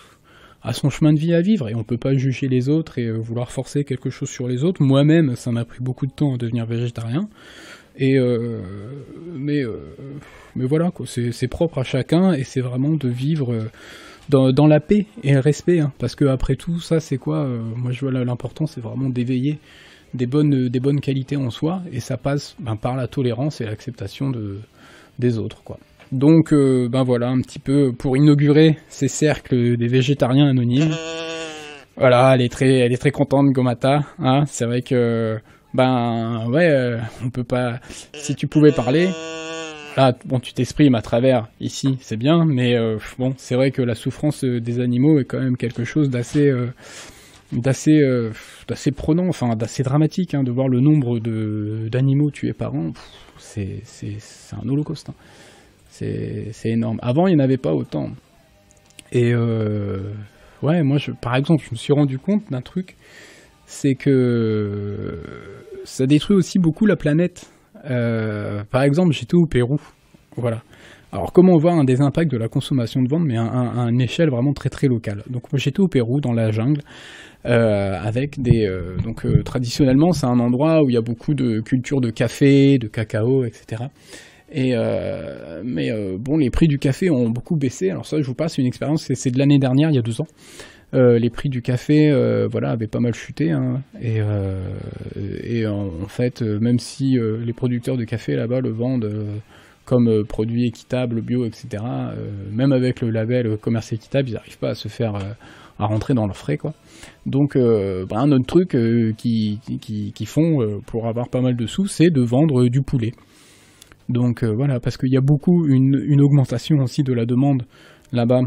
a son chemin de vie à vivre et on peut pas juger les autres et euh, vouloir forcer quelque chose sur les autres. Moi-même, ça m'a pris beaucoup de temps à devenir végétarien. Et euh, mais euh, mais voilà quoi, c'est c'est propre à chacun et c'est vraiment de vivre. Euh, Dans, dans la paix et le respect, hein, parce que après tout, ça c'est quoi euh, moi je vois là, l'important c'est vraiment d'éveiller des bonnes, des bonnes qualités en soi, et ça passe ben, par la tolérance et l'acceptation de, des autres, quoi. Donc euh, ben voilà, un petit peu pour inaugurer ces cercles des végétariens anonymes. Voilà, elle est très, elle est très contente, Gomata, hein, c'est vrai que ben ouais, euh, on peut pas, si tu pouvais parler. Là, bon, tu t'exprimes à travers, ici, c'est bien, mais euh, bon, c'est vrai que la souffrance des animaux est quand même quelque chose d'assez euh, d'assez euh, d'assez prenant, enfin, d'assez dramatique, hein, de voir le nombre de d'animaux tués par an, pff, c'est, c'est, c'est un holocauste, hein. C'est, c'est énorme. Avant, il n'y en avait pas autant. Et, euh, ouais, moi, je, par exemple, je me suis rendu compte d'un truc, c'est que ça détruit aussi beaucoup la planète. Euh, par exemple, j'étais au Pérou, voilà. Alors, comment on voit un des impacts de la consommation de viande, mais à, à, à une échelle vraiment très très locale. Donc, moi, j'étais au Pérou, dans la jungle, euh, avec des. Euh, donc, euh, traditionnellement, c'est un endroit où il y a beaucoup de culture de café, de cacao, et cetera. Et euh, mais euh, bon, les prix du café ont beaucoup baissé. Alors ça, je vous passe une expérience. C'est, c'est de l'année dernière, il y a deux ans. Euh, les prix du café, euh, voilà, avaient pas mal chuté, hein, et, euh, et en, en fait, euh, même si euh, les producteurs de café là-bas le vendent euh, comme euh, produit équitable, bio, et cetera, euh, même avec le label commerce équitable, ils n'arrivent pas à se faire, euh, à rentrer dans leurs frais, quoi. Donc, euh, bah, un autre truc euh, qui, qui, qui font euh, pour avoir pas mal de sous, c'est de vendre euh, du poulet. Donc euh, voilà, parce qu'il y a beaucoup une, une augmentation aussi de la demande là-bas.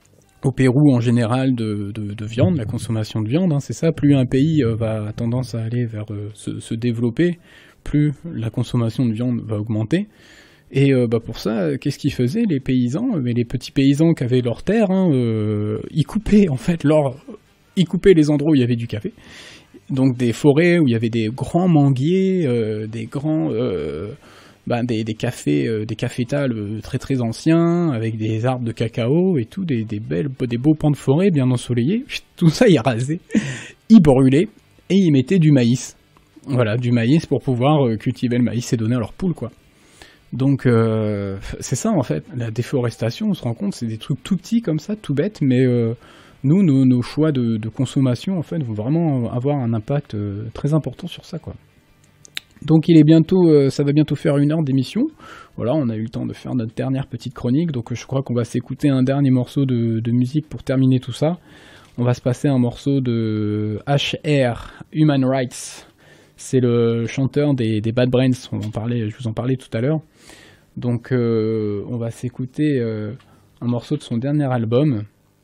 Au Pérou, en général, de, de, de viande, la consommation de viande, hein, c'est ça. Plus un pays euh, va a tendance à aller vers euh, se, se développer, plus la consommation de viande va augmenter. Et euh, bah pour ça, qu'est-ce qu'ils faisaient, les paysans? Mais les petits paysans qui avaient leurs terres, hein, euh, ils coupaient en fait leur, ils coupaient les endroits où il y avait du café. Donc des forêts où il y avait des grands manguiers, euh, des grands euh, Ben, des, des cafés, euh, des cafétales très très anciens, avec des arbres de cacao et tout, des, des, belles, des beaux pans de forêt bien ensoleillés. Tout ça, ils rasaient, ils brûlaient et ils mettaient du maïs. Voilà, du maïs pour pouvoir euh, cultiver le maïs et donner à leurs poules, quoi. Donc, euh, c'est ça en fait, la déforestation, on se rend compte, c'est des trucs tout petits comme ça, tout bêtes, mais euh, nous, nos, nos choix de, de consommation en fait vont vraiment avoir un impact euh, très important sur ça, quoi. Donc il est bientôt, euh, ça va bientôt faire une heure d'émission. Voilà, on a eu le temps de faire notre dernière petite chronique, donc je crois qu'on va s'écouter un dernier morceau de, de musique pour terminer tout ça. On va se passer un morceau de H R, Human Rights. C'est le chanteur des, des Bad Brains, on en parlait, je vous en parlais tout à l'heure. Donc euh, on va s'écouter euh, un morceau de son dernier album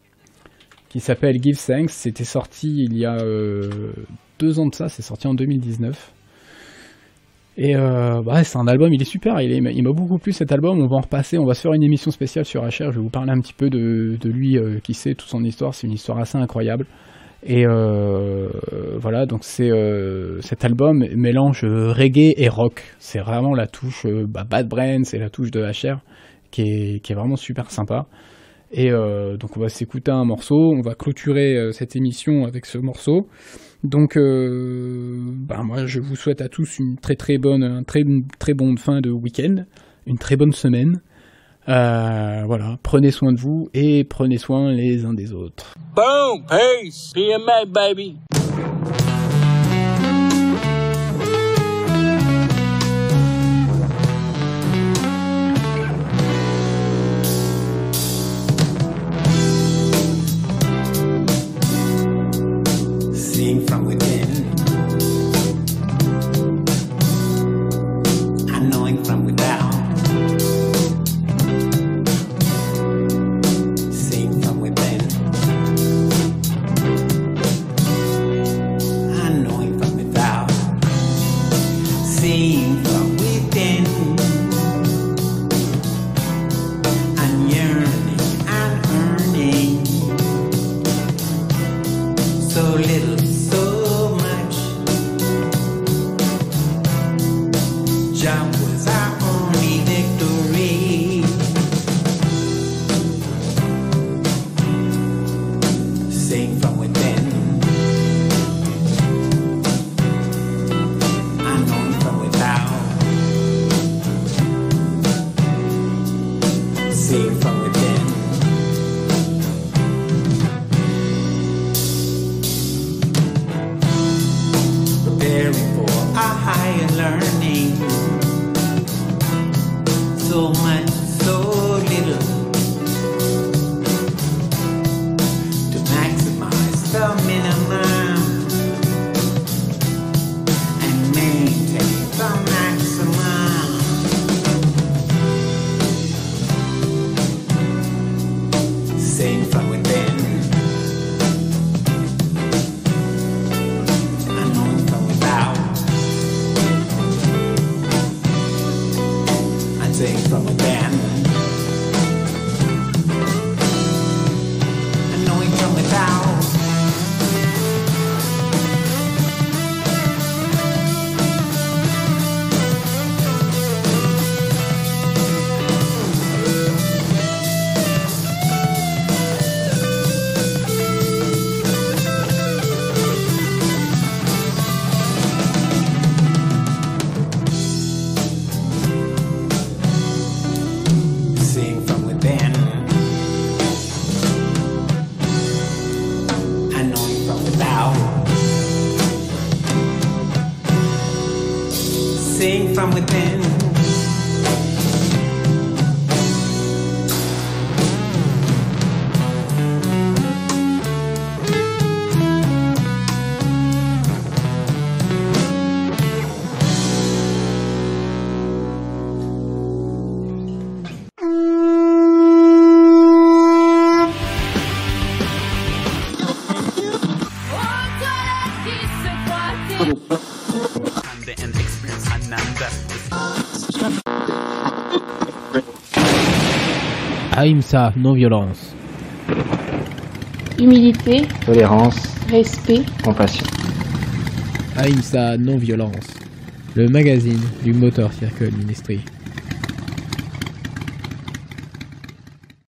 qui s'appelle Give Thanks. C'était sorti il y a euh, deux ans de ça, c'est sorti en deux mille dix-neuf. Et euh, bah c'est un album, il est super, il, est, il m'a beaucoup plu cet album, on va en repasser, on va se faire une émission spéciale sur H R, je vais vous parler un petit peu de, de lui, euh, qui sait, toute son histoire, c'est une histoire assez incroyable. Et euh, voilà, donc c'est euh, cet album mélange reggae et rock, c'est vraiment la touche euh, bah, Bad Brains, c'est la touche de H R qui est, qui est vraiment super sympa. Et euh, donc on va s'écouter un morceau, on va clôturer euh, cette émission avec ce morceau. Donc, euh, bah moi, je vous souhaite à tous une très très bonne, une très très bonne fin de week-end, une très bonne semaine. Euh, voilà, prenez soin de vous et prenez soin les uns des autres. Boom, peace, P M A, baby. Sing from within. little, so much. Jah was our only victory. Sing from within. Unknown from without. Sing from within. Preparing for a higher learning. So much, so little. To maximize the minimum and maintain the maximum. Sing from within. Unknown from without. I sing from within. Unknowing from without. Sing from within. Unknowing from without. Sing from within. Ahimsa, non-violence. Humilité, Tolérance, respect, compassion. Ahimsa, non-violence. Le magazine du Motor Circle Ministry.